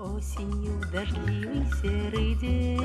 Осенью в дождливый серый день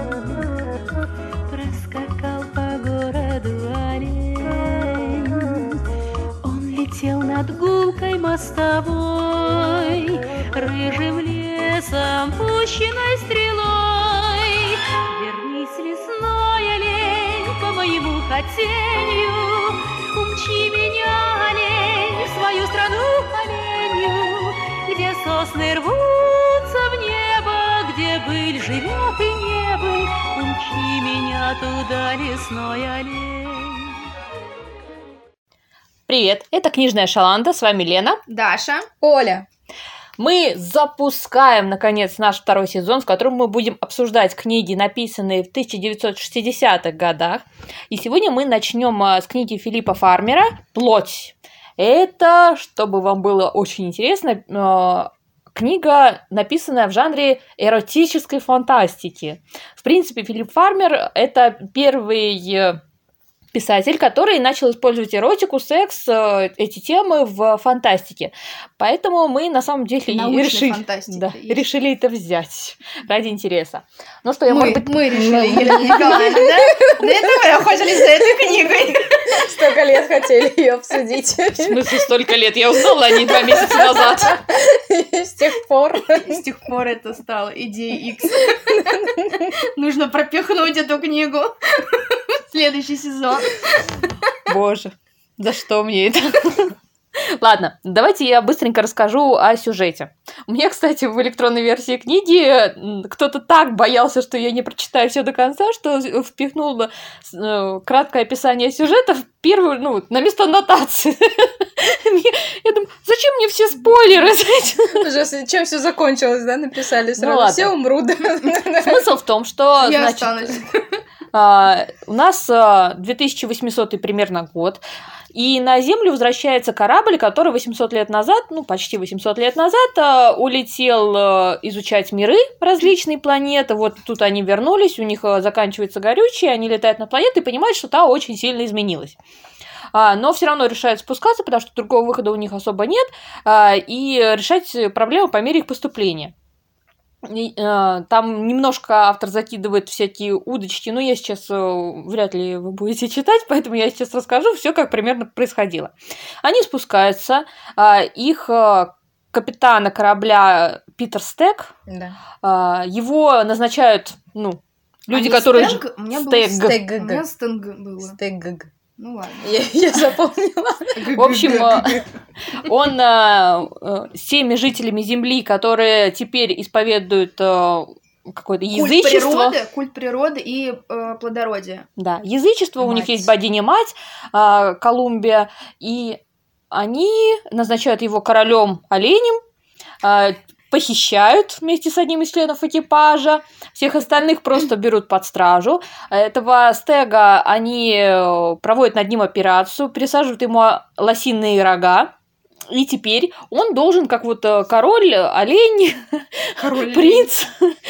проскакал по городу олень. Он летел над гулкой мостовой, рыжим лесом пущенной стрелой. Вернись, лесной олень, по моему хотению, умчи меня, олень, в свою страну оленью, где сосны рвутся в небо, где быль живет и небо, умчи меня туда, лесной олень. Привет, это Книжная Шаланда, с вами Лена, Даша, Оля. Мы запускаем, наконец, наш второй сезон, в котором мы будем обсуждать книги, написанные в 1960-х годах. И сегодня мы начнем с книги Филиппа Фармера «Плоть». Это, чтобы вам было очень интересно, книга, написанная в жанре эротической фантастики. В принципе, Филипп Фармер – это первый писатель, который начал использовать эротику, секс, эти темы в фантастике. Поэтому мы на самом деле решили это взять ради интереса. Ну что, мы решили, Елена Николаевна, да? Для этого мы охотились за этой книгой. Столько лет хотели ее обсудить. В смысле столько лет? Я узнала о ней 2 месяца назад. С тех пор это стало идеей X. Нужно пропихнуть эту книгу в следующий сезон. Боже, за что мне это? Ладно, давайте я быстренько расскажу о сюжете. У меня, кстати, в электронной версии книги кто-то так боялся, что я не прочитаю все до конца, что впихнул краткое описание сюжета в первую, на место аннотации. Я думаю, зачем мне все спойлеры? Уже чем все закончилось, да? Написали сразу, все умрут. Смысл в том, что, я останусь. У нас 2800 примерно год, и на Землю возвращается корабль, который 800 лет назад, почти 800 лет назад, улетел изучать миры, различные планеты. Вот тут они вернулись, у них заканчивается горючее, они летают на планету и понимают, что та очень сильно изменилась. Но все равно решают спускаться, потому что другого выхода у них особо нет, и решать проблемы по мере их поступления. Там немножко автор закидывает всякие удочки, но я сейчас вряд ли вы будете читать, поэтому я сейчас расскажу все, как примерно происходило. Они спускаются, их капитана корабля Питер Стэг, да. Его назначают, люди, которые... Стэг? У меня Стэнг было. Стэг. Ну ладно. Я запомнила. В общем, он с теми жителями Земли, которые теперь исповедуют какое-то язычество. Культ природы и плодородие. Да, язычество, у них есть богиня-мать Колумбия, и они назначают его королем оленем, похищают вместе с одним из членов экипажа, всех остальных просто берут под стражу. Этого Стега они проводят над ним операцию, пересаживают ему лосиные рога, и теперь он должен, как король, олень, принц,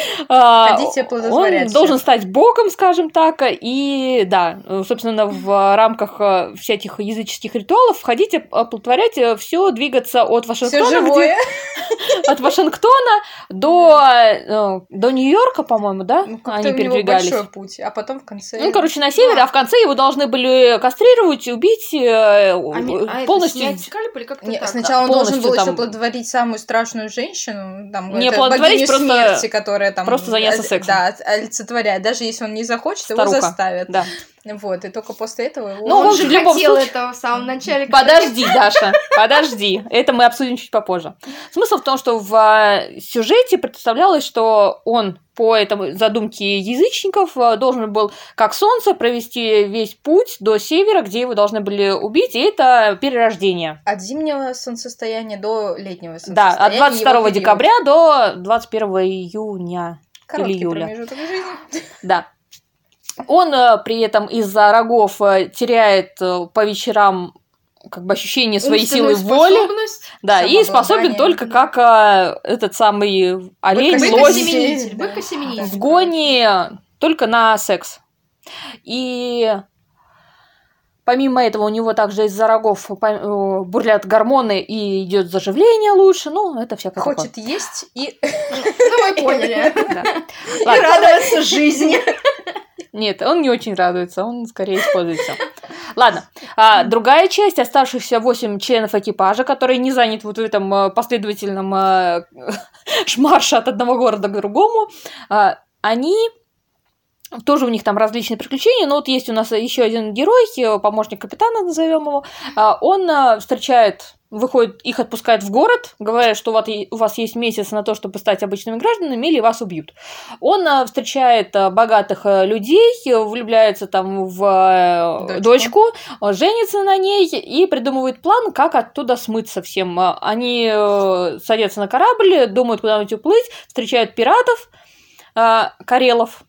он должен стать богом, скажем так, и, да, собственно, в рамках всяких языческих ритуалов входить, оплодотворять, все двигаться от Вашингтона, от Вашингтона до Нью-Йорка, по-моему, да, они передвигались. Большой путь, а потом в конце... на севере, а в конце его должны были кастрировать, убить, полностью... снять скальп или как-то так? Сначала он должен был еще плодотворить самую страшную женщину, не плодотворить, просто смерти, которая там... Просто заняться сексом. Да, олицетворяет. Даже если он не захочет, Старуха. Его заставят. Да. Вот, и только после этого его... Он же хотел этого в самом начале. Подожди, Даша, подожди. Это мы обсудим чуть попозже. Смысл в том, что в сюжете представлялось, что он по этой задумке язычников должен был, как солнце, провести весь путь до севера, где его должны были убить, и это перерождение. От зимнего солнцестояния до летнего солнцестояния. Да, от 22 декабря до 21 июня. Короткий или июля. Промежуток жизни. Да. Он при этом из-за рогов теряет по вечерам ощущение своей силы воли. Да, и способен только как этот самый олень, лось в гоне только на секс. И Помимо этого, у него также из-за рогов бурлят гормоны и идет заживление лучше. Ну, это всякое такое. Хочет есть и... Ну, мы поняли. Да. И Ладно. радоваться жизни. Нет, он не очень радуется, он скорее используется. Ладно, другая часть, оставшихся 8 членов экипажа, которые не заняты вот в этом последовательном марше от одного города к другому, они... Тоже у них там различные приключения, но вот есть у нас еще один герой, помощник капитана, назовем его. Он выходит, их отпускает в город, говоря, что у вас есть месяц на то, чтобы стать обычными гражданами, или вас убьют. Он встречает богатых людей, влюбляется там в дочку, женится на ней и придумывает план, как оттуда смыться всем. Они садятся на корабль, думают, куда-нибудь уплыть, встречают пиратов, карелов,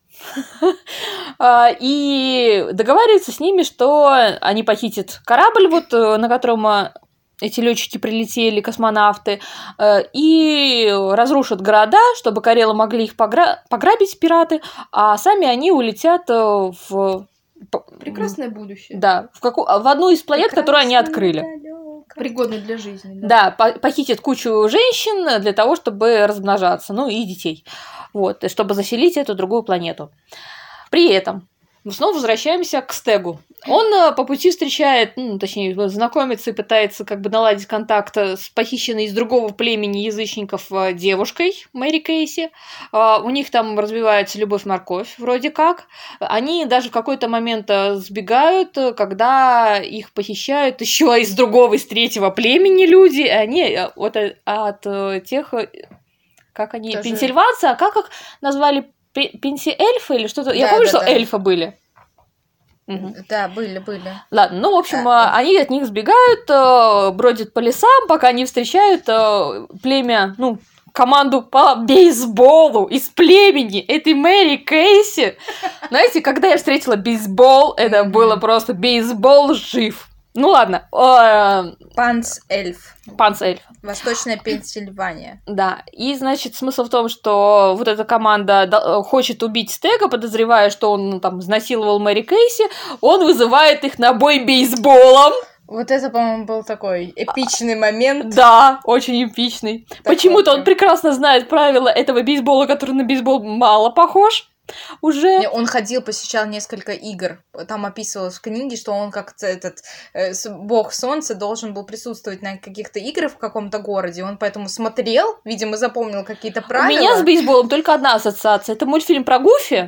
и договариваются с ними, что они похитят корабль, вот, на котором эти летчики прилетели, космонавты, и разрушат города, чтобы карелы могли их пограбить, пираты, а сами они улетят в... Прекрасное будущее. Да, в одну из планет, которую они открыли. Пригодный для жизни. Да, похитят кучу женщин для того, чтобы размножаться, ну и детей. Вот, чтобы заселить эту другую планету. При этом мы снова возвращаемся к Стегу. Он по пути встречает, точнее, знакомится и пытается как бы наладить контакт с похищенной из другого племени язычников девушкой Мэри Кейси. У них там развивается любовь-морковь вроде как. Они даже в какой-то момент сбегают, когда их похищают еще из другого, из третьего племени люди. Они от тех... Как они? Даже... Пенсильванцы, а как их назвали? Пенси-эльфы или что-то? Я помню, что эльфы были. Да, были. Ладно, ну, в общем, они от них сбегают, бродят по лесам, пока не встречают племя, команду по бейсболу из племени этой Мэри Кейси. Знаете, когда я встретила бейсбол, это было просто бейсбол жив. Ну ладно. Панс-эльф. Панс-эльф. Восточная Пенсильвания. Да, и, значит, смысл в том, что вот эта команда хочет убить Стега, подозревая, что он там изнасиловал Мэри Кейси, он вызывает их на бой бейсболом. Вот это, по-моему, был такой эпичный момент. Да, очень эпичный. Почему-то он прекрасно знает правила этого бейсбола, который на бейсбол мало похож. Уже. Он ходил, посещал несколько игр. Там описывалось в книге, что он как бог солнца должен был присутствовать на каких-то играх в каком-то городе. Он поэтому смотрел, видимо, запомнил какие-то правила. У меня с бейсболом только одна ассоциация. Это мультфильм про Гуфи,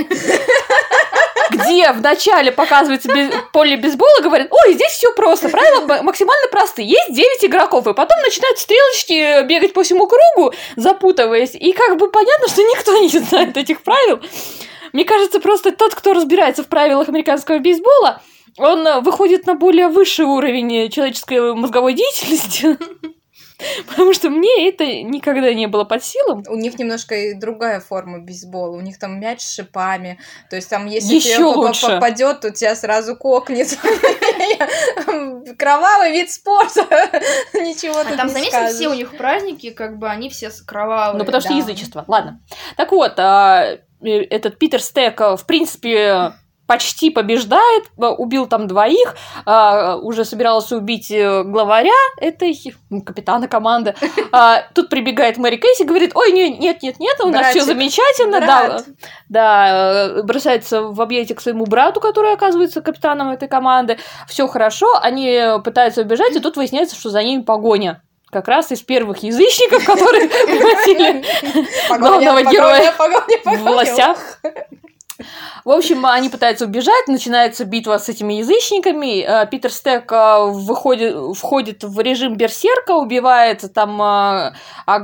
где вначале показывается поле бейсбола, говорят: ой, здесь все просто, правила максимально простые. Есть 9 игроков, и потом начинают стрелочки бегать по всему кругу, запутываясь. И как бы понятно, что никто не знает этих правил. Мне кажется, просто тот, кто разбирается в правилах американского бейсбола, он выходит на более высший уровень человеческой мозговой деятельности. Потому что мне это никогда не было под силам. У них немножко и другая форма бейсбола. У них там мяч с шипами. То есть там, если тебе попадет, то тебя сразу кокнет. Кровавый вид спорта. Ничего тут там, не заметьте, скажешь. все у них праздники, как бы они все кровавые. Ну, потому что язычество. Ладно. Так вот, этот Питер Стэг, в принципе, почти побеждает, убил там 2, уже собирался убить главаря этой, капитана команды. Тут прибегает Мэри Кейси, говорит: ой, нет, у нас все замечательно. Да, бросается в объятия к своему брату, который оказывается капитаном этой команды. Все хорошо, они пытаются убежать, и тут выясняется, что за ними погоня. Как раз из первых язычников, которые приносили главного героя в властях. В общем, они пытаются убежать, начинается битва с этими язычниками. Питер Стэг входит в режим берсерка, убивает там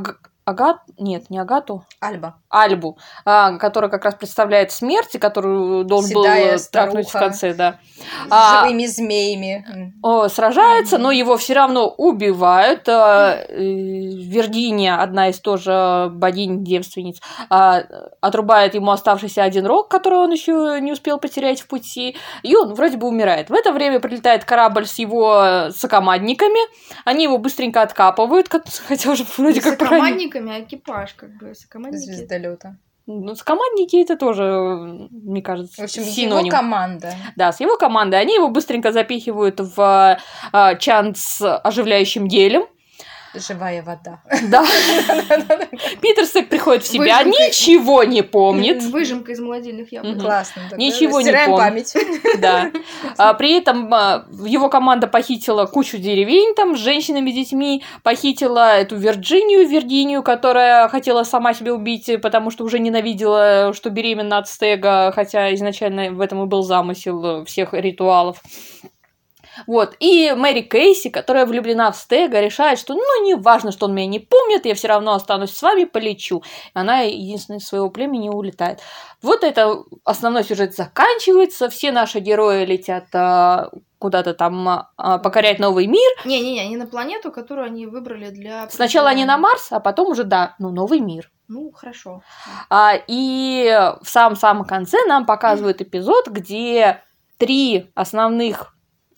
Альбу, которая как раз представляет смерть, и которую должен был трахнуть в конце, да. С живыми змеями. Сражается, но его все равно убивают. Виргиния, одна из тоже богинь-девственниц, отрубает ему оставшийся 1 рог, который он еще не успел потерять в пути, и он вроде бы умирает. В это время прилетает корабль с его сокомандниками, они его быстренько откапывают, хотя уже вроде как... Сокомандниками, а экипаж, как бы, сокомандники. Звездолёта. Ну, скомандники это тоже, мне кажется, В общем, синоним. его команда. Да, с его командой. Они его быстренько запихивают в чан с оживляющим гелем. Живая вода. Да. Питер Сэг приходит в себя, Выжимка. ничего не помнит. Выжимка из молодильных яблок. Мгм. Классно. тогда Ничего не стираем помню. память. Да. При этом его команда похитила кучу деревень там с женщинами, детьми, похитила эту Вирджинию, которая хотела сама себя убить, потому что уже ненавидела, что беременна от Стега, хотя изначально в этом и был замысел всех ритуалов. Вот, и Мэри Кейси, которая влюблена в Стега, решает, что, ну, не важно, что он меня не помнит, я все равно останусь с вами, полечу. Она единственная из своего племени улетает. Вот это основной сюжет заканчивается, все наши герои летят куда-то там покорять новый мир. Не-не-не, не на планету, которую они выбрали для... Сначала они на Марс, а потом уже, да, ну, новый мир. Ну, хорошо. И в самом конце нам показывают эпизод, где 3 основных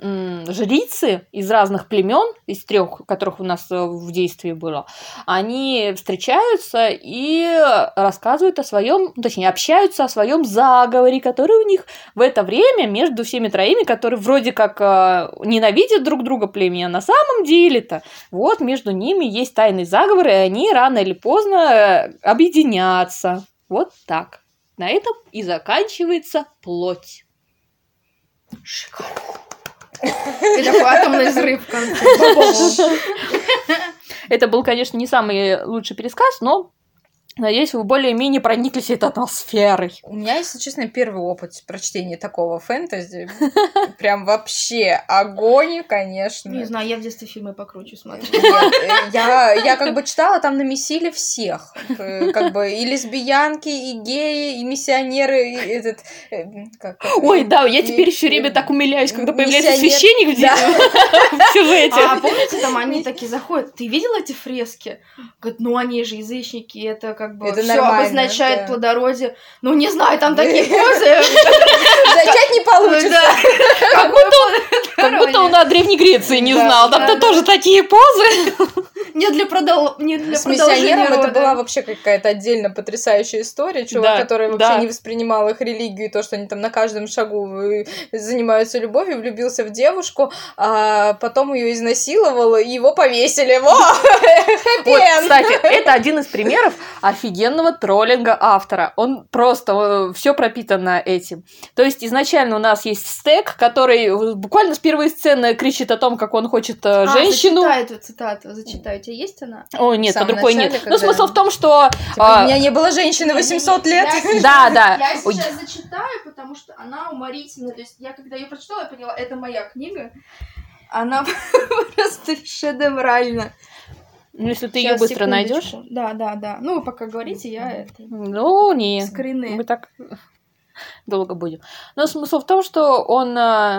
жрицы из разных племен, из 3, которых у нас в действии было, они встречаются и рассказывают о своем, точнее, общаются о своем заговоре, который у них в это время между всеми 3, которые вроде как ненавидят друг друга племени, а на самом деле-то вот между ними есть тайный заговор, и они рано или поздно объединятся. Вот так. На этом и заканчивается плоть. Шикарно. И такой атомный взрыв в конце. Это был, конечно, не самый лучший пересказ, но, надеюсь, вы более-менее прониклись этой атмосферой. У меня, если честно, первый опыт прочтения такого фэнтези. Прям вообще огонь, конечно. Не знаю, я в детстве фильмы покруче смотрю. Нет, я как бы читала, там намесили всех. Как бы и лесбиянки, и геи, и миссионеры, и этот... Ой, да, я теперь все время так умиляюсь, когда появляется миссионер. священник в сюжете. А помните, там они такие заходят, ты видел эти фрески? Говорят, ну они же язычники, это как бы Это все нормально, обозначает да. плодородие. Ну не знаю, там такие позы. Зачать не получится. Да. Как будто он о Древней Греции не Да, знал. Там-то да, тоже такие позы. Не для продолжения С миссионером это рода. была вообще какая-то отдельно потрясающая история. Чувак, Да, который вообще да. не воспринимал их религию, и то, что они там на каждом шагу занимаются любовью, влюбился в девушку, а потом ее изнасиловал, и его повесили. Во! Вот, кстати, это один из примеров офигенного троллинга автора. Он просто все пропитано этим. То есть изначально у нас есть Стэг, который буквально с первой сцены кричит о том, как он хочет женщину. Зачитай эту цитату, зачитай. У тебя есть она? О, нет, В самом под рукой начале, нет. когда- Но смысл в том, что... Типа, у меня не было женщины 800 лет. Да, да. Я Ой. сейчас зачитаю, потому что она уморительная. То есть я когда ее прочитала, я поняла, это моя книга. Она просто шедевральна. Ну, если ты ее Щас, быстро секундочку. найдешь. Да. Ну, вы пока говорите, я это... Ну, не. Скрины. Мы так долго будем. Но смысл в том, что он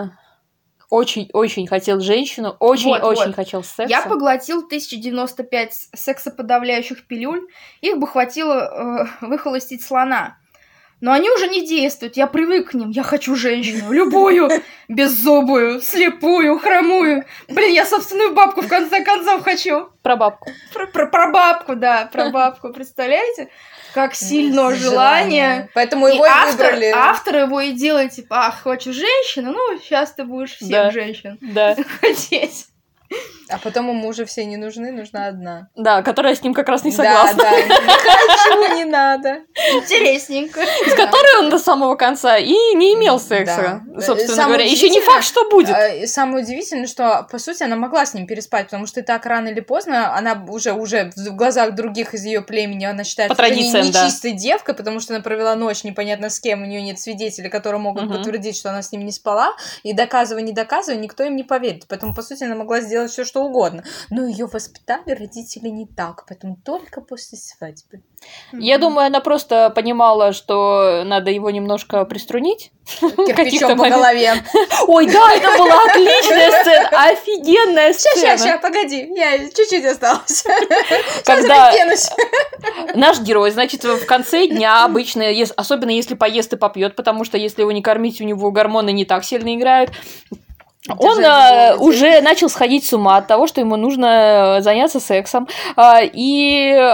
очень-очень хотел женщину, очень-очень Вот. хотел секса. Я поглотил 1095 сексоподавляющих пилюль. Их бы хватило выхолостить слона. Но они уже не действуют. Я привык к ним. Я хочу женщину. Любую. Беззубую, слепую, хромую. Блин, я собственную бабку в конце концов хочу. Про бабку. Про бабку, да. Про бабку. Представляете? Как сильно желание. Поэтому И его и автор выбрали. его и делает, типа, ах, хочешь женщину? Ну, сейчас ты будешь всех Да. женщин Да. хотеть. А потом ему уже все не нужны, нужна одна. Да, которая с ним как раз не Да, согласна. да. Ничего не надо. Интересненько. С которой он до самого конца и не имел секса, Да. собственно Самое говоря. Еще не удивительное, факт, что будет. И самое удивительное, что, по сути, она могла с ним переспать, потому что и так рано или поздно она уже в глазах других из ее племени, она считается По уже традициям, да. нечистой девкой, потому что она провела ночь непонятно с кем, у нее нет свидетелей, которые могут Мгм. подтвердить, что она с ним не спала, и доказывая, не доказывая, никто им не поверит. Поэтому, по сути, она могла сделать все, что угодно. Но ее воспитали родители не так, поэтому только после свадьбы. Я думаю, она просто понимала, что надо его немножко приструнить. каких-то Кирпичом по моментах. голове. Ой, да, это была отличная сцена, офигенная сцена. Сейчас, погоди, я чуть-чуть осталось. Когда Разденусь. наш герой, значит, в конце дня обычно, особенно если поест и попьет, потому что если его не кормить, у него гормоны не так сильно играют. Он уже начал сходить с ума от того, что ему нужно заняться сексом. И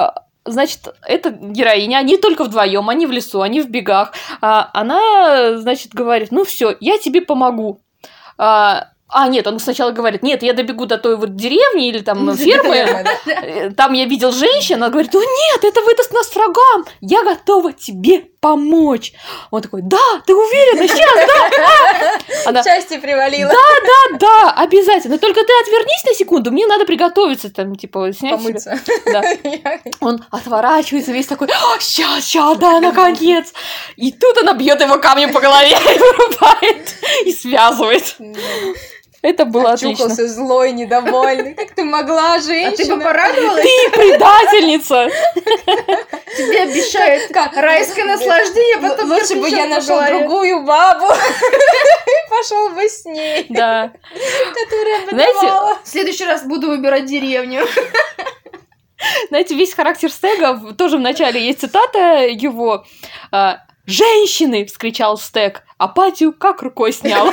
значит, эта героиня, они только вдвоем, они в лесу, они в бегах. Она, значит, говорит, ну все, я тебе помогу. Нет, он сначала говорит, нет, я добегу до той вот деревни или там фермы, там я видел женщину, она говорит, нет, это выдаст нас врагам, я готова тебе помочь. Он такой, да, ты уверена, сейчас, да? Счастье привалило. Да, обязательно, только ты отвернись на секунду, мне надо приготовиться, там, типа, снять помыться. Да. Он отворачивается весь такой, сейчас, да, наконец. И тут она бьет его камнем по голове и вырубает, и связывает. Это было отлично. Очухался злой, недовольный. Как ты могла, женщина? А ты бы порадовалась? Ты предательница! Тебе обещают райское наслаждение, потом лучше бы я нашел другую бабу и пошел бы с ней. Да. Которая бы Знаете, давала. В следующий раз буду выбирать деревню. Знаете, весь характер Стега, тоже в начале есть цитата его. «Женщины!» — вскричал Стег, апатию как рукой снял.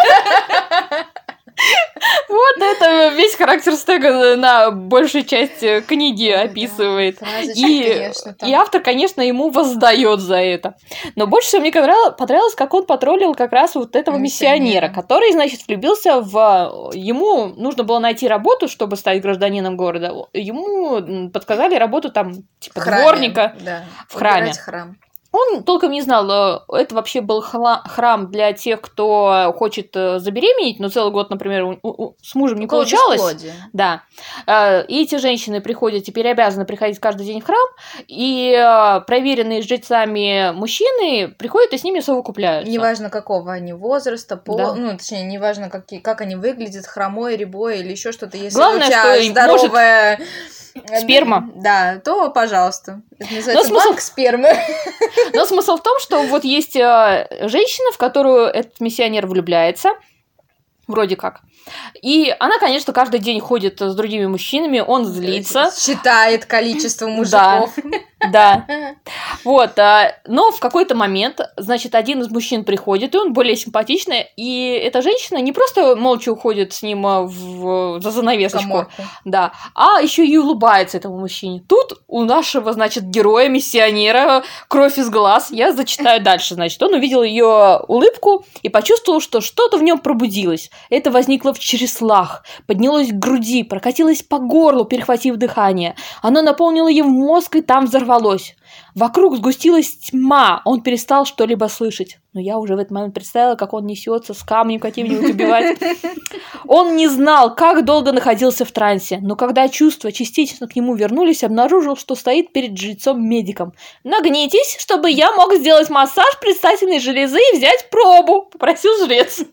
Вот это весь характер Стега на большей части книги описывает. И автор, конечно, ему воздает за это. Но больше всего мне понравилось, как он потроллил как раз вот этого миссионера, который, значит, влюбился в... Ему нужно было найти работу, чтобы стать гражданином города. Ему подсказали работу там, типа, дворника в храме. Он толком не знал, это вообще был храм для тех, кто хочет забеременеть, но целый год, например, с мужем не получалось. Да. И эти женщины приходят, теперь обязаны приходить каждый день в храм, и проверенные жрецами мужчины приходят и с ними совокупляются. Неважно, какого они возраста, пола, ну, точнее, неважно, как они выглядят, хромой, рябой или еще что-то. Если главное, у тебя что здоровая... Сперма. Да, то пожалуйста. Это называется банк спермы. Но смысл в том, что вот есть женщина, в которую этот миссионер влюбляется, вроде как. И она, конечно, каждый день ходит с другими мужчинами, он злится. Считает количество мужиков. Да. Вот. Но в какой-то момент, значит, один из мужчин приходит, и он более симпатичный, и эта женщина не просто молча уходит с ним за занавесочку, да, а еще и улыбается этому мужчине. Тут у нашего, значит, героя-миссионера кровь из глаз. Я зачитаю дальше. Значит, он увидел ее улыбку и почувствовал, что что-то в нем пробудилось. Это возникло в чреслах, поднялось к груди, прокатилось по горлу, перехватив дыхание. Оно наполнило ему мозг, и там взорвалось. Вокруг сгустилась тьма, он перестал что-либо слышать. Но я уже в этот момент представила, как он несется с камнем каким-нибудь убивать. Он не знал, как долго находился в трансе, но когда чувства частично к нему вернулись, обнаружил, что стоит перед жрецом-медиком. «Нагнитесь, чтобы я мог сделать массаж предстательной железы и взять пробу», — попросил жрец.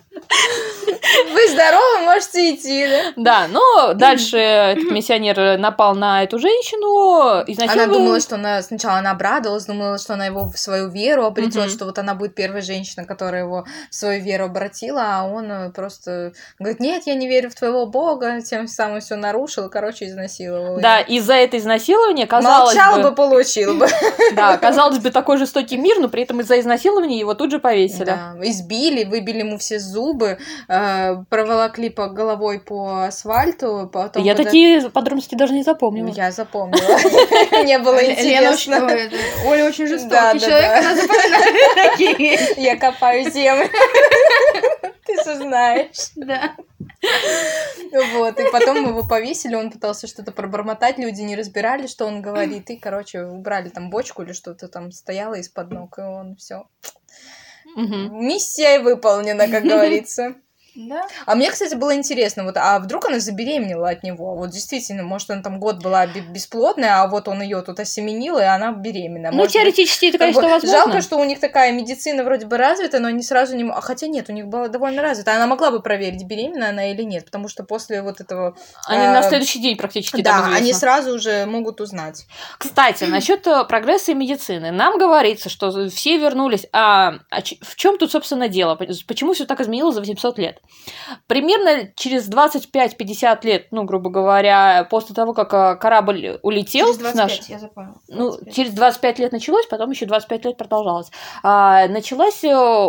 Вы здоровы, можете идти, да? Да, но дальше этот миссионер напал на эту женщину. Она думала, что сначала она обрадовалась, думала, что она его в свою веру обретет, что вот она будет первой женщиной, которая его в свою веру обратила, а он просто говорит, нет, я не верю в твоего бога, тем самым все нарушил, короче, изнасиловал. Да, из-за этого изнасилования, казалось бы... Молчал бы, получил бы. Да, казалось бы, такой жестокий мир, но при этом из-за изнасилования его тут же повесили. Да, избили, выбили ему все зубы, проволокли головой по асфальту. Потом я такие подробности даже не запомнила. Я запомнила. Мне было интересно. Оля очень жестокий человек, она запоминает такие. Я копаю землю. Ты же знаешь. Да. Вот, и потом его повесили, он пытался что-то пробормотать, люди не разбирали, что он говорит, и, короче, убрали там бочку или что-то там стояло из-под ног, и он все. Миссия выполнена, как говорится. Да. А мне, кстати, было интересно, вот, а вдруг она забеременела от него? Вот действительно, может, она там год была бесплодная, а вот он ее тут осеменил, и она беременна. Ну, теоретически это, конечно, возможно. Жалко, что у них такая медицина вроде бы развита, но они сразу не... Хотя нет, у них была довольно развита. Она могла бы проверить, беременна она или нет, потому что после вот этого... Они на следующий день практически да, там известно. они сразу уже могут узнать. Кстати, насчет прогресса и медицины. Нам говорится, что все вернулись. В чем тут, собственно, дело? Почему все так изменилось за 800 лет? Примерно через 25-50 лет, ну, грубо говоря, после того, как корабль улетел... Через 25, я запомнила. Ну, через 25 лет началось, потом еще 25 лет продолжалось. Началась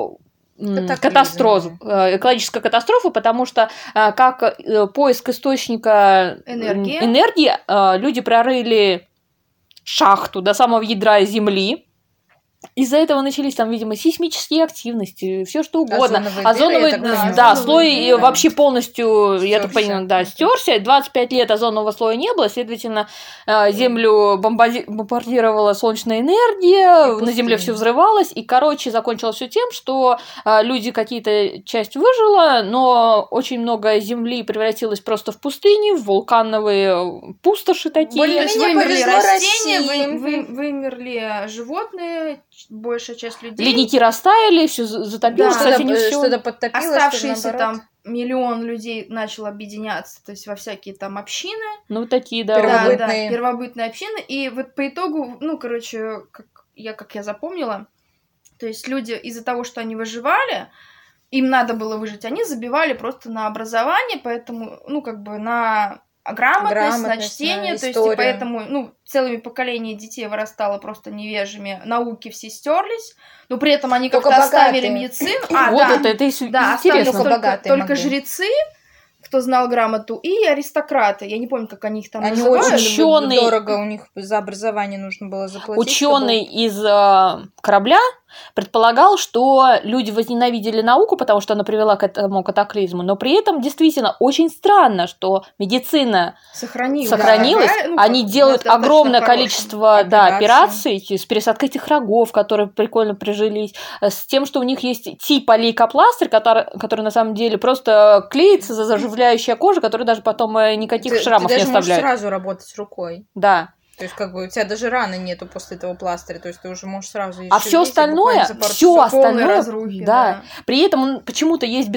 экологическая катастрофа, потому что как поиск источника энергии люди прорыли шахту до самого ядра Земли. Из-за этого начались там, видимо, сейсмические активности, все что угодно. Озоновый слой вообще полностью, я так понимаю, стерся. 25 лет озонового слоя не было, следовательно, Землю бомбардировала солнечная энергия, на Земле все взрывалось, и, короче, закончилось все тем, что люди какие-то часть выжила, но очень много Земли превратилось просто в пустыни, в вулкановые пустоши такие. Более-менее вымерли растения, вымерли животные, большая часть людей. Ледники растаяли, все затопило, кстати, не все. Что-то подтопилось, оставшиеся там миллион людей начал объединяться, то есть во всякие там общины. Ну, такие, да. Первобытные общины. И вот по итогу, как я запомнила, то есть люди из-за того, что они выживали, им надо было выжить, они забивали просто на образование, поэтому, на грамотность, на чтение, то есть, и поэтому, целыми поколениями детей вырастало просто невежими, науки все стерлись, но при этом они как-то оставили медицину. Это интересно. Только жрецы, кто знал грамоту, и аристократы. Я не помню, как они их там называют. Очень дорого у них за образование нужно было заплатить. Ученый из корабля предполагал, что люди возненавидели науку, потому что она привела к этому катаклизму, но при этом действительно очень странно, что медицина сохранилась. Они делают огромное количество операций с пересадкой этих рогов, которые прикольно прижились, с тем, что у них есть типа лейкопластырь, который на самом деле просто клеится за заживляющая кожа, которая даже потом никаких шрамов не оставляет. Ты даже можешь сразу работать рукой. Да. То есть, у тебя даже раны нету после этого пластыря, то есть ты уже можешь сразу... А все остальное, разрухи, да. При этом почему-то есть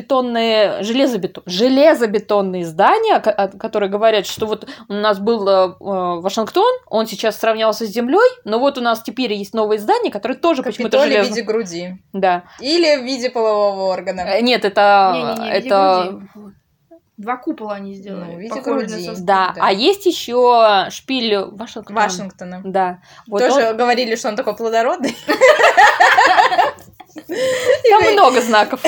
железобетонные здания, которые говорят, что вот у нас был Вашингтон, он сейчас сравнялся с землей, но вот у нас теперь есть новые здания, которые тоже почему-то железные. в виде груди. Да. Или в виде полового органа. Нет, это... Два купола они сделали. В виде груди. Да, а есть еще шпиль Вашингтона. Да. Тоже говорили, что он такой плодородный. Там много знаков.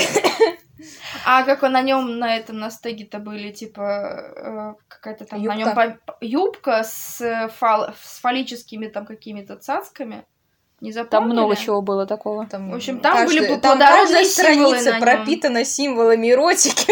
А как на нем на стеге-то были, типа, какая-то там на нем юбка с фаллическими там какими-то цацками. Не запомнили? Там много чего было такого. В общем, там были плодородные символы страница пропитана символами эротики.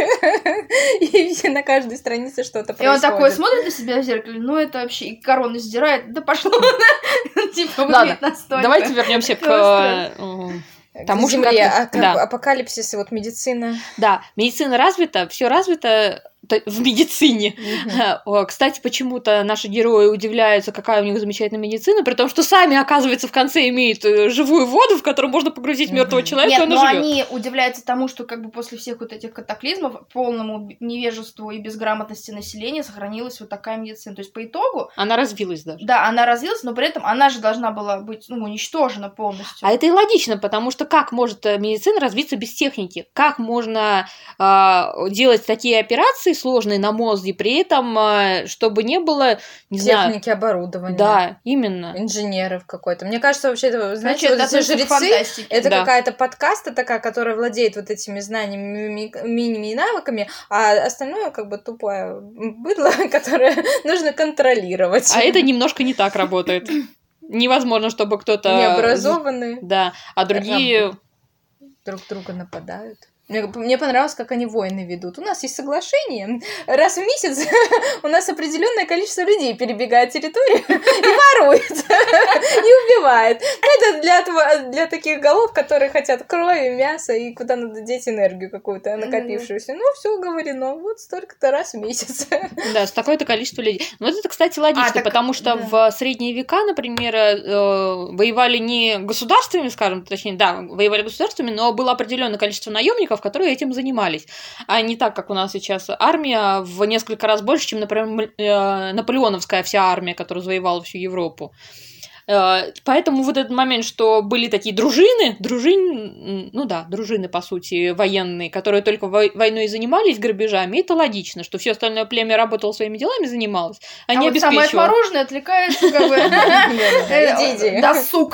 И на каждой странице что-то происходит. И он такой смотрит на себя в зеркале, это вообще, и корону сдирает, да пошло. Типа, ладно, давайте вернемся к тому, что апокалипсис и вот медицина. Да, медицина развита, все развито в медицине. Кстати, почему-то наши герои удивляются, какая у них замечательная медицина, при том, что сами, оказывается, в конце имеют живую воду, в которую можно погрузить мертвого человека, и он оживет. Они удивляются тому, что после всех вот этих катаклизмов, полному невежеству и безграмотности населения сохранилась вот такая медицина. То есть по итогу... Она развилась даже. Да, она развилась, но при этом она же должна была быть уничтожена полностью. А это и логично, потому что как может медицина развиться без техники? Как можно делать такие операции сложные на мозге, при этом, чтобы не было, техники, оборудования. Да, именно. Инженеров какой-то. Мне кажется, вообще, знаете, вот эти жрецы, это какая-то подкаста такая, которая владеет вот этими знаниями, миними навыками, а остальное тупое быдло, которое нужно контролировать. А это немножко не так работает. Невозможно, чтобы кто-то... Необразованный. Да, а другие... Друг друга нападают. Мне понравилось, как они войны ведут. У нас есть соглашение. Раз в месяц у нас определенное количество людей перебегает территорию и ворует, и убивает. Это для таких голов, которые хотят крови, мяса, и куда надо деть энергию какую-то накопившуюся. Все уговорено. Вот столько-то раз в месяц. Да, с такое-то количество людей. Но это, кстати, логично, потому что в средние века, например, воевали не государствами, скажем, точнее, да, воевали государствами, но было определенное количество наемников, которые этим занимались. А не так, как у нас сейчас армия в несколько раз больше, чем, например, наполеоновская вся армия, которая завоевала всю Европу. Поэтому вот этот момент, что были такие дружины, по сути, военные, которые только войной занимались, грабежами, это логично, что все остальное племя работало своими делами, занималось, а не обеспечивало. Самое отмороженное отвлекается, досуг.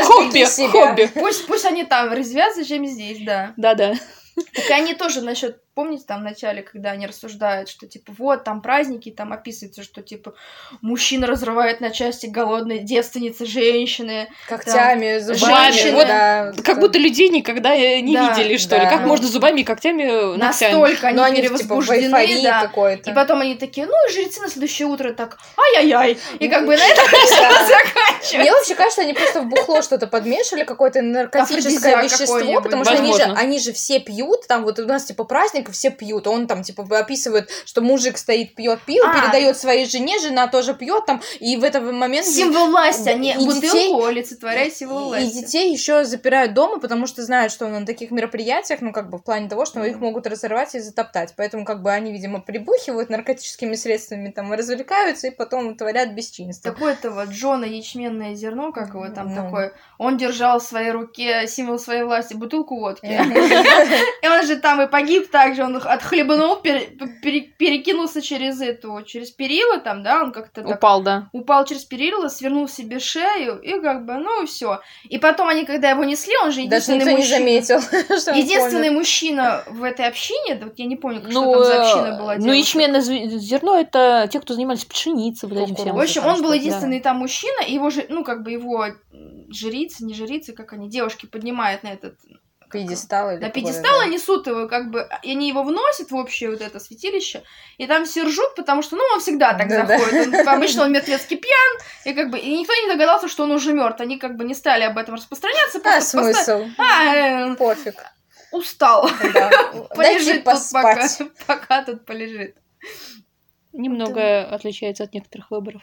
Хобби. Пусть они там резвятся, чем здесь, да. Да-да. Так они тоже насчет помните, там в начале, когда они рассуждают, что, типа, вот, там праздники, там описывается, что, типа, мужчина разрывает на части голодные девственницы, женщины. Когтями, там, зубами. женщины. Вот Да, как будто людей никогда не Да, видели, что ли. да. Как Ну, можно зубами и когтями, ногтями? Настолько они Ну, они, типа, в перевозбуждены, эйфории да. какой-то. И потом они такие, ну, и жрецы на следующее утро так, ай-яй-яй. И как бы на этом заканчивается. Мне вообще кажется, они просто в бухло что-то подмешивали, какое-то наркотическое Афродизиак вещество, какой-нибудь. потому что Возможно. они же все пьют, там вот у нас типа праздник, все пьют, он там типа описывает, что мужик стоит, пьет пиво, передает своей жене, жена тоже пьет там, и в этот момент... Символ власти, они и детей- бутылку олицетворяют символ И власти. детей еще запирают дома, потому что знают, что на таких мероприятиях, ну, как бы в плане того, что их могут разорвать и затоптать. Поэтому, как бы, они, видимо, прибухивают наркотическими средствами, там, и развлекаются, и потом творят бесчинство. Такое-то вот Джона ячменное зерно, как его там Ну. такое, он держал в своей руке символ своей власти, бутылку водки. И он же там и погиб также, он отхлебнул, перекинулся через перила там, да, он как-то так Упал, да. упал через перила, свернул себе шею, и как бы, ну и все. И потом они, когда его несли, он же Даже единственный никто не мужчина. заметил, что он Единственный помер. мужчина в этой общине, вот я не помню, что там за община была. Ну, ячменное зерно — это те, кто занимались пшеницей, вот этим всем. В общем, там он был что-то, единственный там мужчина, и его же, ну, как бы его жрицы, не жрицы, как они, девушки поднимают на этот... Пьедестал или На какой-то, пьедестал да. несут его, как бы, и они его вносят в общее вот это святилище, и там все ржут, потому что, ну, он всегда так Да-да. заходит. Он, обычно он мертвецки пьян, и как бы, и никто не догадался, что он уже мертв. Они как бы не стали об этом распространяться. А, просто смысл? Пофиг. Устал. Да. Дайте Полежит тут пока, поспать. пока тут полежит. Немного отличается от некоторых выборов.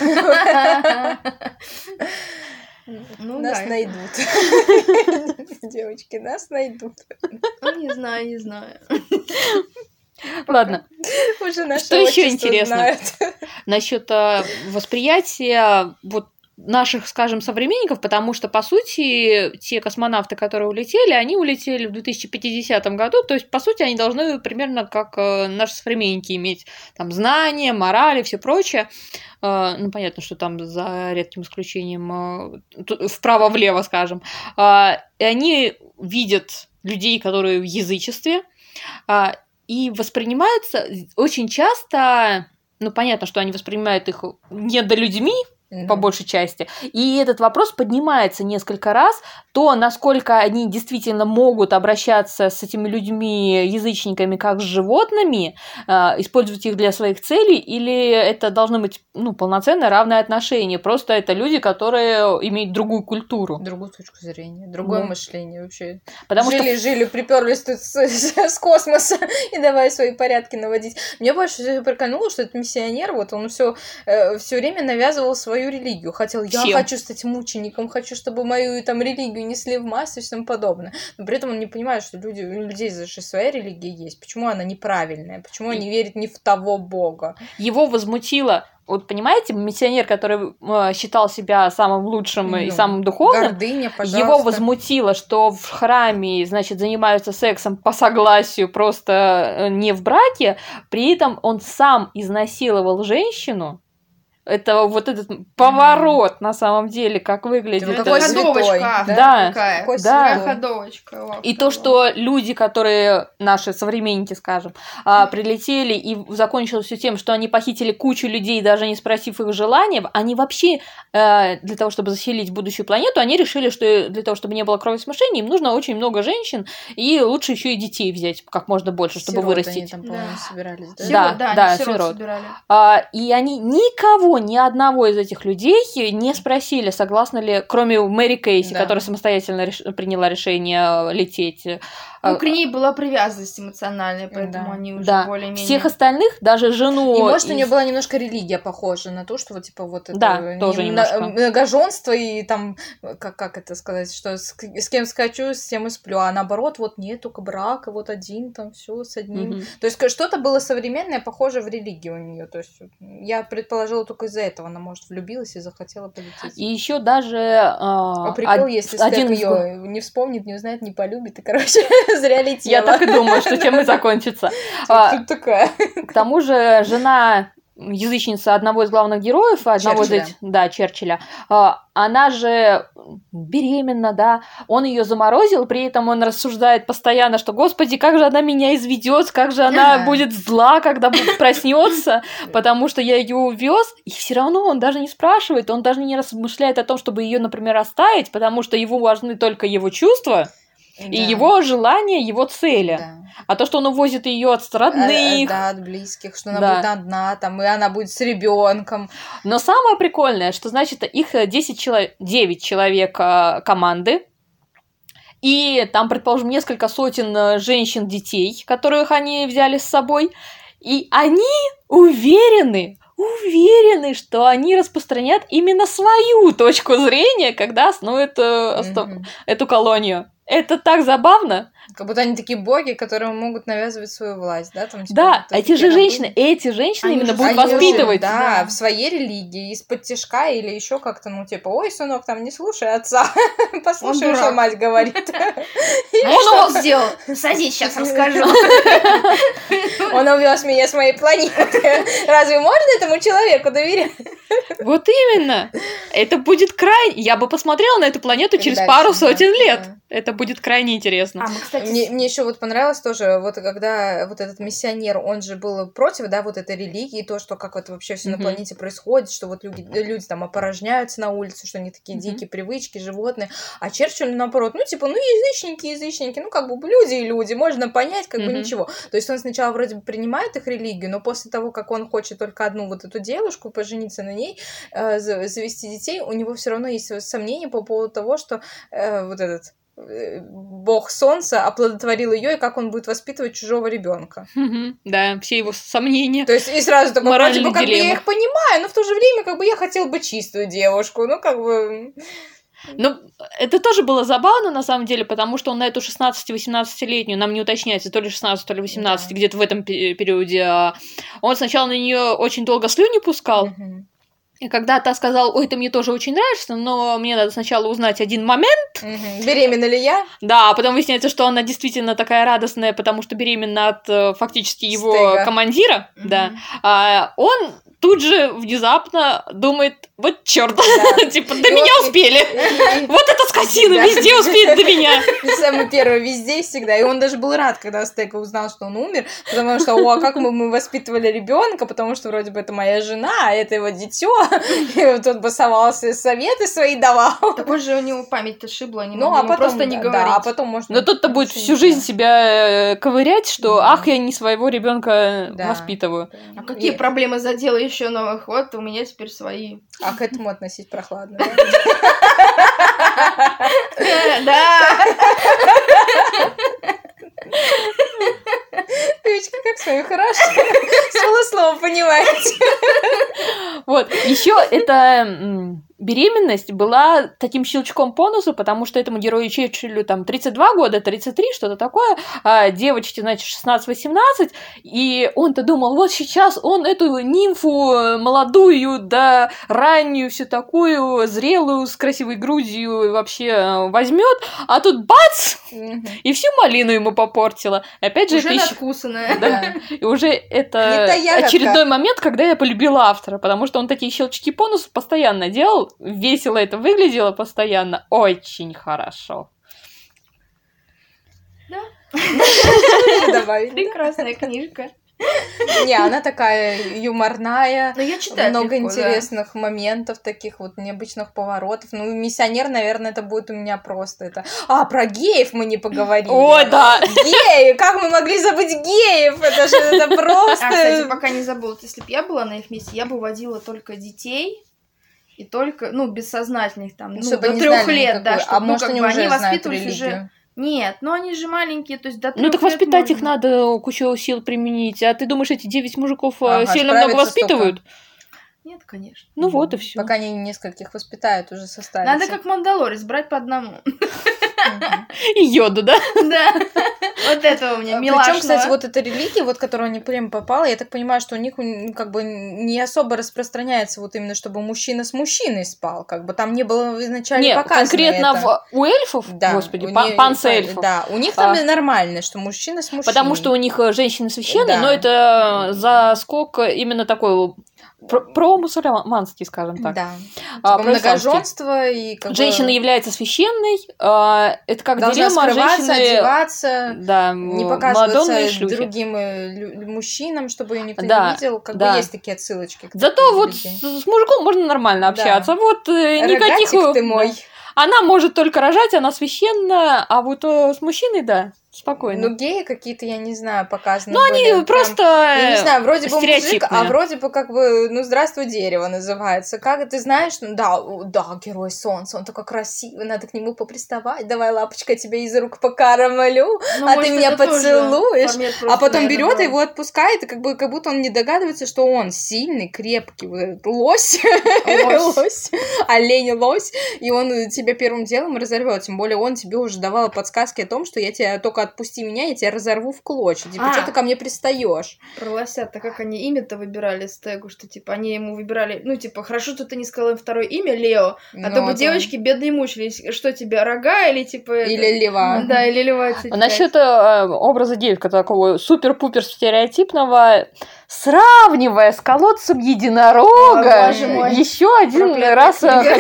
Ну Нас да, найдут. Девочки, нас найдут. ну, не знаю. Ладно, Уже наше Что ещё отчество интересно? знают. насчет восприятия вот наших, скажем, современников, потому что, по сути, те космонавты, которые улетели, они улетели в 2050 году, то есть, по сути, они должны примерно как наши современники иметь там знания, морали, все прочее. Ну, понятно, что там за редким исключением вправо-влево, скажем. И они видят людей, которые в язычестве, и воспринимаются очень часто, ну, понятно, что они воспринимают их недолюдьми, по большей части. И этот вопрос поднимается несколько раз, то, насколько они действительно могут обращаться с этими людьми, язычниками, как с животными, использовать их для своих целей, или это должно быть, ну, полноценное равное отношение. Просто это люди, которые имеют другую культуру. Другую точку зрения, другое Ну. мышление вообще. Потому что Жили, приперлись тут с космоса и давай свои порядки наводить. Мне больше всего прикольнуло, что этот миссионер, вот он все время навязывал свою религию. Хотел, я Всем. хочу стать мучеником, хочу, чтобы мою там религию несли в массы и тому подобное. Но при этом он не понимает, что у людей же своя религия есть. Почему она неправильная? Почему они верят не в того бога? его возмутило. Вот понимаете, миссионер, который считал себя самым лучшим и Ну, самым духовным, Гордыня, пожалуйста. его возмутило, что в храме, значит, занимаются сексом по согласию, просто не в браке, при этом он сам изнасиловал женщину. Это вот этот поворот на самом деле, как выглядит. Ну, Это какой ходовочка, святой, автор да? какая. Какой Да. святой. Ходовочка. о, И то, что люди, которые наши современники, скажем, прилетели и закончилось все тем, что они похитили кучу людей, даже не спросив их желания, они вообще для того, чтобы заселить будущую планету, они решили, что для того, чтобы не было кровосмешения, им нужно очень много женщин, и лучше еще и детей взять как можно больше, чтобы Сирот вырастить. Они там, по-моему, Да. собирались, да? Сирот, Да, они сирот. сирот собирали. И они никого, ни одного из этих людей не спросили, согласны ли, кроме Мэри Кейси, Да. которая самостоятельно приняла решение лететь. Ну, к ней была привязанность эмоциональная, поэтому Да. они уже Да. более-менее... Всех остальных, даже жену... И может, у из- нее была немножко религия похожа на то, что вот типа вот это Да, тоже немножко. многоженство и там, как это сказать, что с кем скачу, с тем и сплю, а наоборот, вот нет, только брак, и вот один, там все с одним. Мгм. То есть что-то было современное, похоже в религии у нее. То есть я предположила только из-за этого, она, может, влюбилась и захотела полететь. И еще даже А прикол, если один Степ из ее не вспомнит, не узнает, не полюбит, и, короче, зря летела. Я так и думаю, что чем и закончится. Тут такая. К тому же жена язычница одного из главных героев, одного из этих, да, Черчилля, она же беременна, да, он ее заморозил, при этом он рассуждает постоянно, что, господи, как же она меня изведет, как же она будет зла, когда проснется, потому что я ее увез, и все равно он даже не спрашивает, он даже не размышляет о том, чтобы ее, например, оставить, потому что ему важны только его чувства, и его желания, его цели. Да. А то, что он увозит ее от родных. Да, от близких, что она будет одна, там, и она будет с ребенком. Но самое прикольное, что, значит, их 9 человек команды, и там, предположим, несколько сотен женщин, детей, которых они взяли с собой, и они уверены, что они распространят именно свою точку зрения, когда основают эту колонию. Это так забавно. Как будто они такие боги, которые могут навязывать свою власть, да? Там, да, эти женщины именно будут воспитывать. Да, в своей религии, из-под тишка или еще как-то, ну, типа, ой, сынок, там, не слушай отца, послушай, что мать говорит. Что он сделал? Садись, сейчас расскажу. Он увез меня с моей планеты. Разве можно этому человеку доверять? Вот именно. Это будет крайне... Я бы посмотрела на эту планету через пару сотен лет. Это будет крайне интересно. Мне еще вот понравилось тоже, вот когда вот этот миссионер, он же был против, да, вот этой религии, то, что как это вообще все на планете происходит, что вот люди там опорожняются на улице, что они такие дикие привычки, животные, а Черчилль, наоборот, ну, типа, ну, язычники, ну, как бы люди и люди, можно понять, как бы ничего. То есть он сначала вроде бы принимает их религию, но после того, как он хочет только одну вот эту девушку, пожениться на ней, завести детей, у него все равно есть сомнения по поводу того, что вот этот бог солнца оплодотворил ее, и как он будет воспитывать чужого ребенка. Да, все его сомнения. То есть, и сразу такой, вроде бы, как бы я их понимаю, но в то же время, как бы, я хотел бы чистую девушку, ну, как бы... Ну, это тоже было забавно, на самом деле, потому что он на эту 16-18-летнюю, нам не уточняется, то ли 16, то ли 18, где-то в этом периоде, он сначала на нее очень долго слюни пускал, и когда та сказала, ой, ты мне тоже очень нравишься, но мне надо сначала узнать один момент. Беременна ли я? Да, а потом выясняется, что она действительно такая радостная, потому что беременна от фактически его командира. Да. Он тут же внезапно думает, вот чёрт, типа, до меня успели. Вот эта скотина везде успеет до меня. Самый первый везде всегда. И он даже был рад, когда Стека узнал, что он умер, потому что, а как мы воспитывали ребенка, потому что вроде бы это моя жена, а это его дитё. И вот он басовался, советы свои давал. Такой же у него память-то шибла, не могу ему просто не говорить. Да, а потом можно... Но тот-то будет всю жизнь себя ковырять, что, ах, я не своего ребенка воспитываю. А какие проблемы задела еще новых? Вот у меня теперь свои. А к этому относить прохладно. Да. Печка, как с вами хорошо. С полуслова понимаете. Вот, еще это беременность была таким щелчком по носу, потому что этому герою Черчиллю там 32 года, 33, что-то такое, а девочке, значит, 16-18, и он-то думал, вот сейчас он эту нимфу молодую, да раннюю, всю такую, зрелую, с красивой грудью вообще возьмет, а тут бац! И всю малину ему попортила. Опять же, уже надкусанная. Да. И уже это очередной момент, когда я полюбила автора, потому что он такие щелчки по носу постоянно делал, весело это выглядело постоянно, очень хорошо. Да. Добавить. Прекрасная книжка. Не, она такая юморная, но я читаю много легко, интересных моментов, таких вот необычных поворотов. Ну, миссионер, наверное, это будет у меня просто это... А, про геев мы не поговорили. О, да! Геи! Как мы могли забыть геев? Это же это просто... А, кстати, пока не забыла, если бы я была на их месте, я бы водила только детей... И только, ну, бессознательных там, ну, чтобы до 3 лет, да, чтобы, может, как они бы, уже они знают воспитывались религию? уже... Нет, но они же маленькие, то есть до 3 Ну, так лет воспитать можно. их надо кучу сил применить. А ты думаешь, эти 9 мужиков сильно справятся много воспитывают? столько. Нет, конечно. Ну вот и все. Пока они нескольких воспитают, уже составится. Надо как Мандалорец, брать по одному. И йоду, да? Да. Вот этого мне милашного. Причем, кстати, вот эта религия, вот, которая не прям попала, я так понимаю, что у них как бы не особо распространяется вот именно, чтобы мужчина с мужчиной спал, как бы там не было изначально Нет, показано конкретно это. у эльфов, Да, господи, у них- панцельфов. Да, у них там нормально, что мужчина с мужчиной. Потому что у них женщины священные, Да. но это заскок именно такой про-мусульманский, скажем так. Да. А, Типа про-исламский. многоженство и как Женщина бы является священной, это как должна дилемма скрываться, женщины, одеваться, да, не Мадонны показываться и шлюхи. другим мужчинам, чтобы ее никто Да, не видел. Как да. бы есть такие отсылочки. к Зато такой вот религии. с мужиком можно нормально общаться. Вот никаких... Рогатик ты мой. Да. Она может только рожать, она священная, а вот с мужчиной, да, спокойно. Ну, геи какие-то, я не знаю, показаны. Ну, они были прям, просто я не знаю, вроде бы мужик, стереотипные. а вроде бы как бы, ну, здравствуй, дерево называется. Как ты знаешь, ну, да, герой солнца, он такой красивый, надо к нему поприставать. Давай, лапочка, я тебя из рук по карамелю, Ну, а может, ты меня это тоже поцелуешь. формат А просто, потом наверное, берет был. его отпускает, и как будто он не догадывается, что он сильный, крепкий, вот этот лось, Лось. олень лось, и он тебя первым делом разорвет. Тем более он тебе уже давал подсказки о том, что я тебя только отпусти меня, я тебя разорву в клочья. Типа, что ты ко мне пристаешь? Про лосят-то как они имя-то выбирали Стегу, что типа они ему выбирали, ну типа хорошо, что ты не сказала им второе имя Лео, а то бы девочки бедные мучились, что тебе, рога или типа... Или лева. Да, или лева. Насчет образа девушки такого супер-пупер стереотипного, сравнивая с колодцем единорога, О, боже мой. еще один Проклятая раз книга.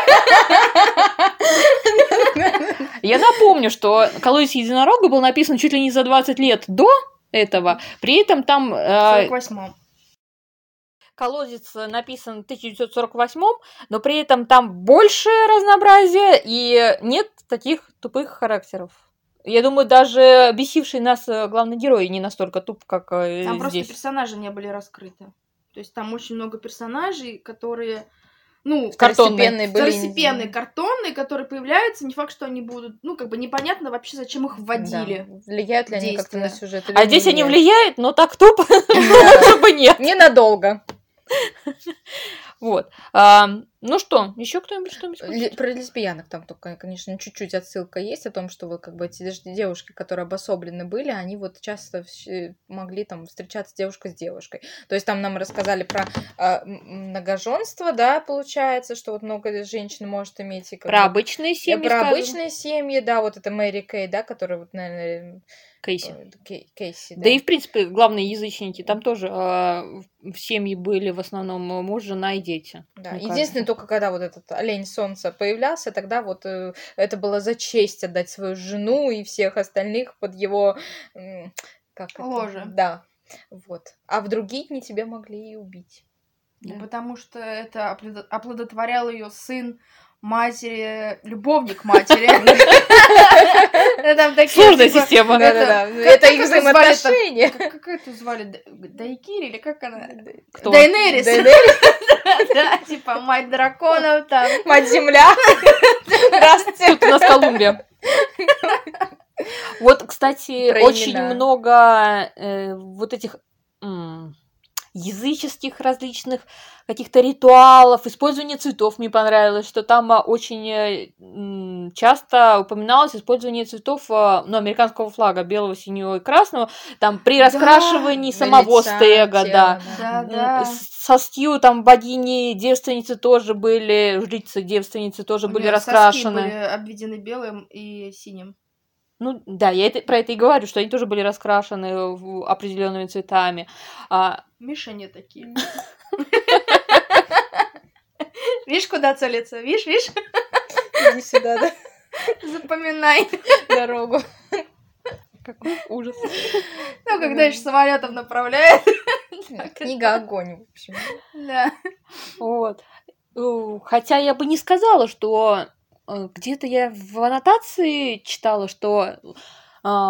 Я напомню, что колодец единорога был написан чуть ли не за 20 лет до этого, при этом там... В 48-м. Колодец написан в 1948, но при этом там больше разнообразия и нет таких тупых характеров. Я думаю, даже бесивший нас главный герой не настолько туп, как Там просто здесь. персонажи не были раскрыты. То есть там очень много персонажей, которые... Ну, Картонные. второстепенные, картонные, которые появляются, не факт, что они будут, ну, как бы непонятно вообще, зачем их вводили. Да. Влияют ли они как-то на Действия. сюжет? А здесь они влияют, но так тупо, лучше бы нет. Ненадолго. Вот. Ну что, еще кто-нибудь что-нибудь хочет? Про лесбиянок там только, конечно, чуть-чуть отсылка есть о том, что вот как бы эти девушки, которые обособлены были, они вот часто могли там встречаться девушка с девушкой. То есть там нам рассказали про многоженство, да, получается, что вот много женщин может иметь. И как Про бы, обычные семьи, про скажем. обычные семьи, да, вот это Мэри Кей, да, которая вот, наверное... Кейси. Кейси, Да и, в принципе, главные язычники, там тоже в семьи были в основном муж, жена и дети. Да. мне Единственное, кажется. только когда вот этот олень солнца появлялся, тогда вот это было за честь отдать свою жену и всех остальных под его... Как это? Ложе. Да. Вот. А в другие дни тебя могли и убить. Ну, Да. потому что это оплодотворял ее сын матери, любовник матери. Там такие, Сложная типа, система. Да-да-да. как Это их это звали-то? взаимоотношения. Как эту звали? Дайкири или как она? Кто? Дайнерис. Дайнерис, Да, типа мать драконов там. Мать-Земля. Здравствуйте. Тут у нас Колумбия. Вот, кстати, Про очень имена. много вот этих языческих различных каких-то ритуалов, использование цветов мне понравилось, что там очень часто упоминалось использование цветов, ну, американского флага, белого, синего и красного, там при раскрашивании самого Лица, стега, тела, да. Да. Со Стью там богини-девственницы тоже были, жрицы-девственницы тоже У были неё соски раскрашены. были обведены белым и синим. Ну да, я про это и говорю, что они тоже были раскрашены определенными цветами. Мишени такие. Видишь, куда целится? Видишь? Иди сюда, да, Запоминай. дорогу. Какой ужас. Ну, когда еще самолетом направляет. Книга «Огонь», в общем. Да. Вот. Хотя я бы не сказала, что где-то я в аннотации читала, что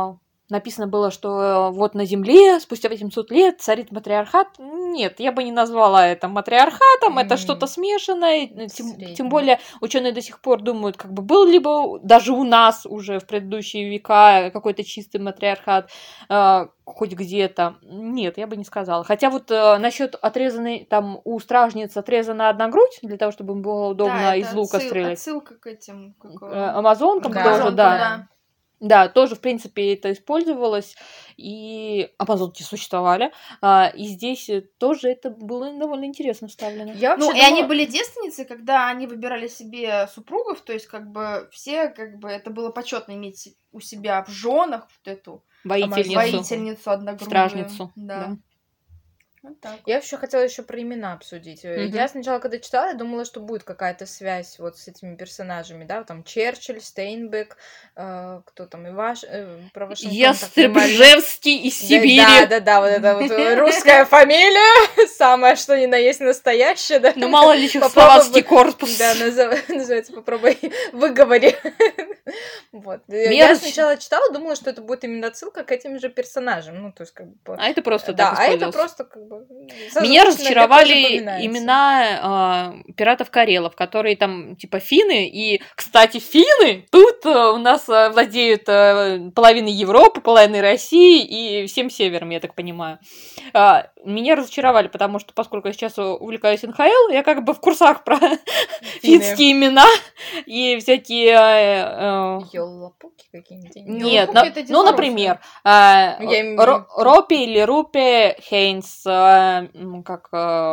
написано было, что вот на Земле спустя 800 лет царит матриархат. Нет, я бы не назвала это матриархатом, это что-то смешанное. Тем более ученые до сих пор думают, как бы был либо даже у нас уже в предыдущие века какой-то чистый матриархат, хоть где-то. Нет, я бы не сказала. Хотя вот насчет отрезанной, там у стражниц отрезана одна грудь, для того, чтобы им было удобно из лука стрелять. Отсылка к этим... Амазонкам тоже, да. Да, тоже, в принципе, это использовалось, и амазонки существовали, и здесь тоже это было довольно интересно вставлено. Они были девственницы, когда они выбирали себе супругов, то есть, как бы, все, как бы, это было почетно иметь у себя в женах вот эту воительницу одногрудую. Стражницу. Да. Вот так. Я вообще хотела еще про имена обсудить. Я сначала, когда читала, я думала, что будет какая-то связь вот с этими персонажами, да, там Черчилль, Стейнбек, кто там, про Вашингтон. Ястребжевский из Сибири. Да, вот это вот русская фамилия, самое что ни на есть настоящее, да. Ну, мало ли чехословацкий корпус. Да, называется, попробуй выговори. Вот. Я сначала читала, думала, что это будет именно отсылка к этим же персонажам, ну, то есть, как бы... А это просто да, так а это просто, как бы... Меня разочаровали имена пиратов-карелов, которые там типа финны, и, кстати, финны тут у нас владеют половиной Европы, половиной России и всем севером, я так понимаю. Меня разочаровали, потому что, поскольку я сейчас увлекаюсь НХЛ, я как бы в курсах про финские имена и всякие... Йоллапуки какие-нибудь? Нет, ну, например, Ропи или Рупи Хейнс, как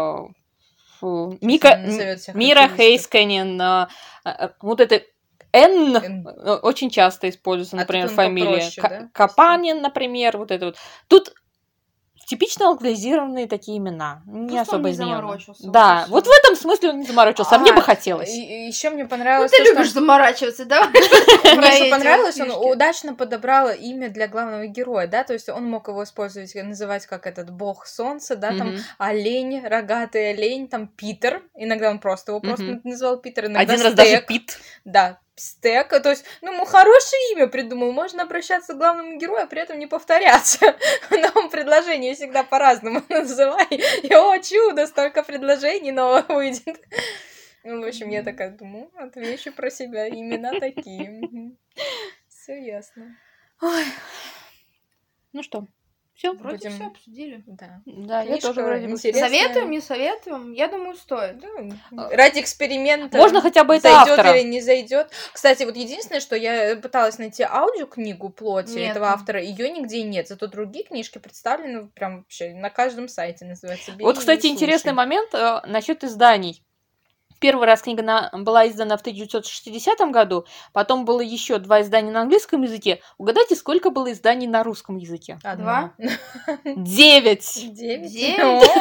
Мира Хейсканен, вот это Н очень часто используется, например, фамилия. Капанин, например, вот это вот. Тут типично англизированные такие имена. Не особо изменённые. Да, вот в этом смысле он не заморочился, а мне бы хотелось. Еще мне понравилось... Ну, ты любишь заморачиваться, да? Мне еще понравилось, он удачно подобрал имя для главного героя, да, то есть он мог его использовать, называть как этот бог солнца, да, там олень, рогатый олень, там Питер, иногда он просто его просто называл Питер, иногда один раз даже Пит. Да, Стек, то есть, ну, хорошее имя придумал, можно обращаться к главному герою, а при этом не повторяться. Новом предложении всегда по-разному называй. И, о, чудо, столько предложений новых выйдет. Ну, в общем, я такая думаю, отвечу про себя, имена такие. Все ясно. Ой. Ну что, все? Вроде все обсудили. Да, я тоже вроде бы. Советуем, не советуем? Я думаю, стоит. Ради эксперимента. Можно хотя бы это зайдет автора. Или не зайдет. Кстати, вот единственное, что я пыталась найти аудиокнигу «Плоти» этого автора, ее нигде нет. Зато другие книжки представлены прям вообще на каждом сайте, называется. Вот, кстати, интересный момент насчет изданий. Первый раз книга была издана в 1960 году, потом было еще 2 издания на английском языке. Угадайте, сколько было изданий на русском языке? 2? 9. 9?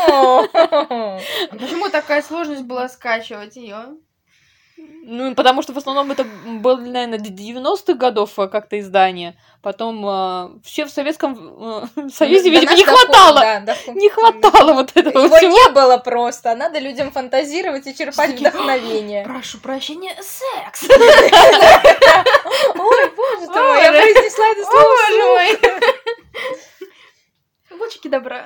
Почему такая сложность была скачивать ее? Ну, потому что в основном это было, наверное, до 90-х годов как-то издание. Потом все в Советском Союзе, видимо, не хватало. Не хватало вот этого всего. Его не было просто. Надо людям фантазировать и черпать вдохновение. Прошу прощения, секс! Ой, боже ты мой, я произнесла это слово. Лучики добра.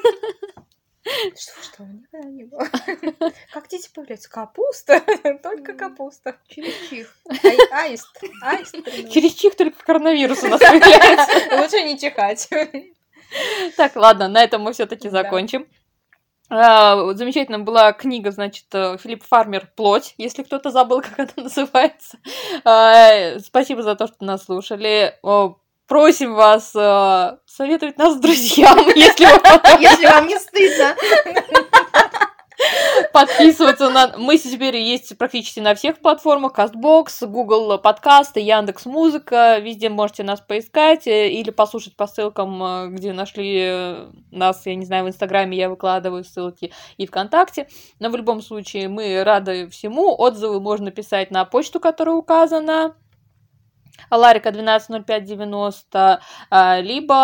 Что, никогда не было. Как дети появляются? Капуста. Только капуста. Через чих. Аист. Через чих только коронавирус у нас появляется. Лучше не чихать. Так, ладно, на этом мы все-таки закончим. Замечательно была книга, значит, Филипп Фармер «Плоть», если кто-то забыл, как она называется. Спасибо за то, что нас слушали. Просим вас советовать нас друзьям, если вам не стыдно. Подписываться на... Мы теперь есть практически на всех платформах. CastBox, Google подкасты, Яндекс.Музыка. Везде можете нас поискать или послушать по ссылкам, где нашли нас. Я не знаю, в Инстаграме я выкладываю ссылки и ВКонтакте. Но в любом случае мы рады всему. Отзывы можно писать на почту, которая указана. Ларика 120590,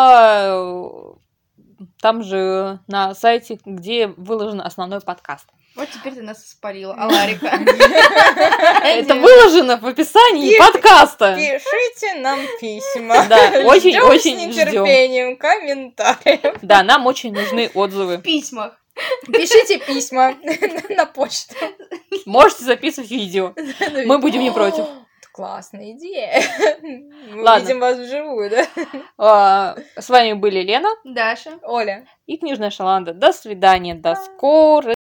либо там же на сайте, где выложен основной подкаст. Вот теперь ты нас испарила, Аларика. Это выложено в описании подкаста. Пишите нам письма. Да, очень-очень с нетерпением комментариев. Да, нам очень нужны отзывы. В письмах. Пишите письма на почту. Можете записывать видео. Мы будем не против. Классная идея. Мы Ладно. увидим вас вживую, да? С вами были Лена Даша. Оля. и Книжная Шаланда. До свидания, до скорых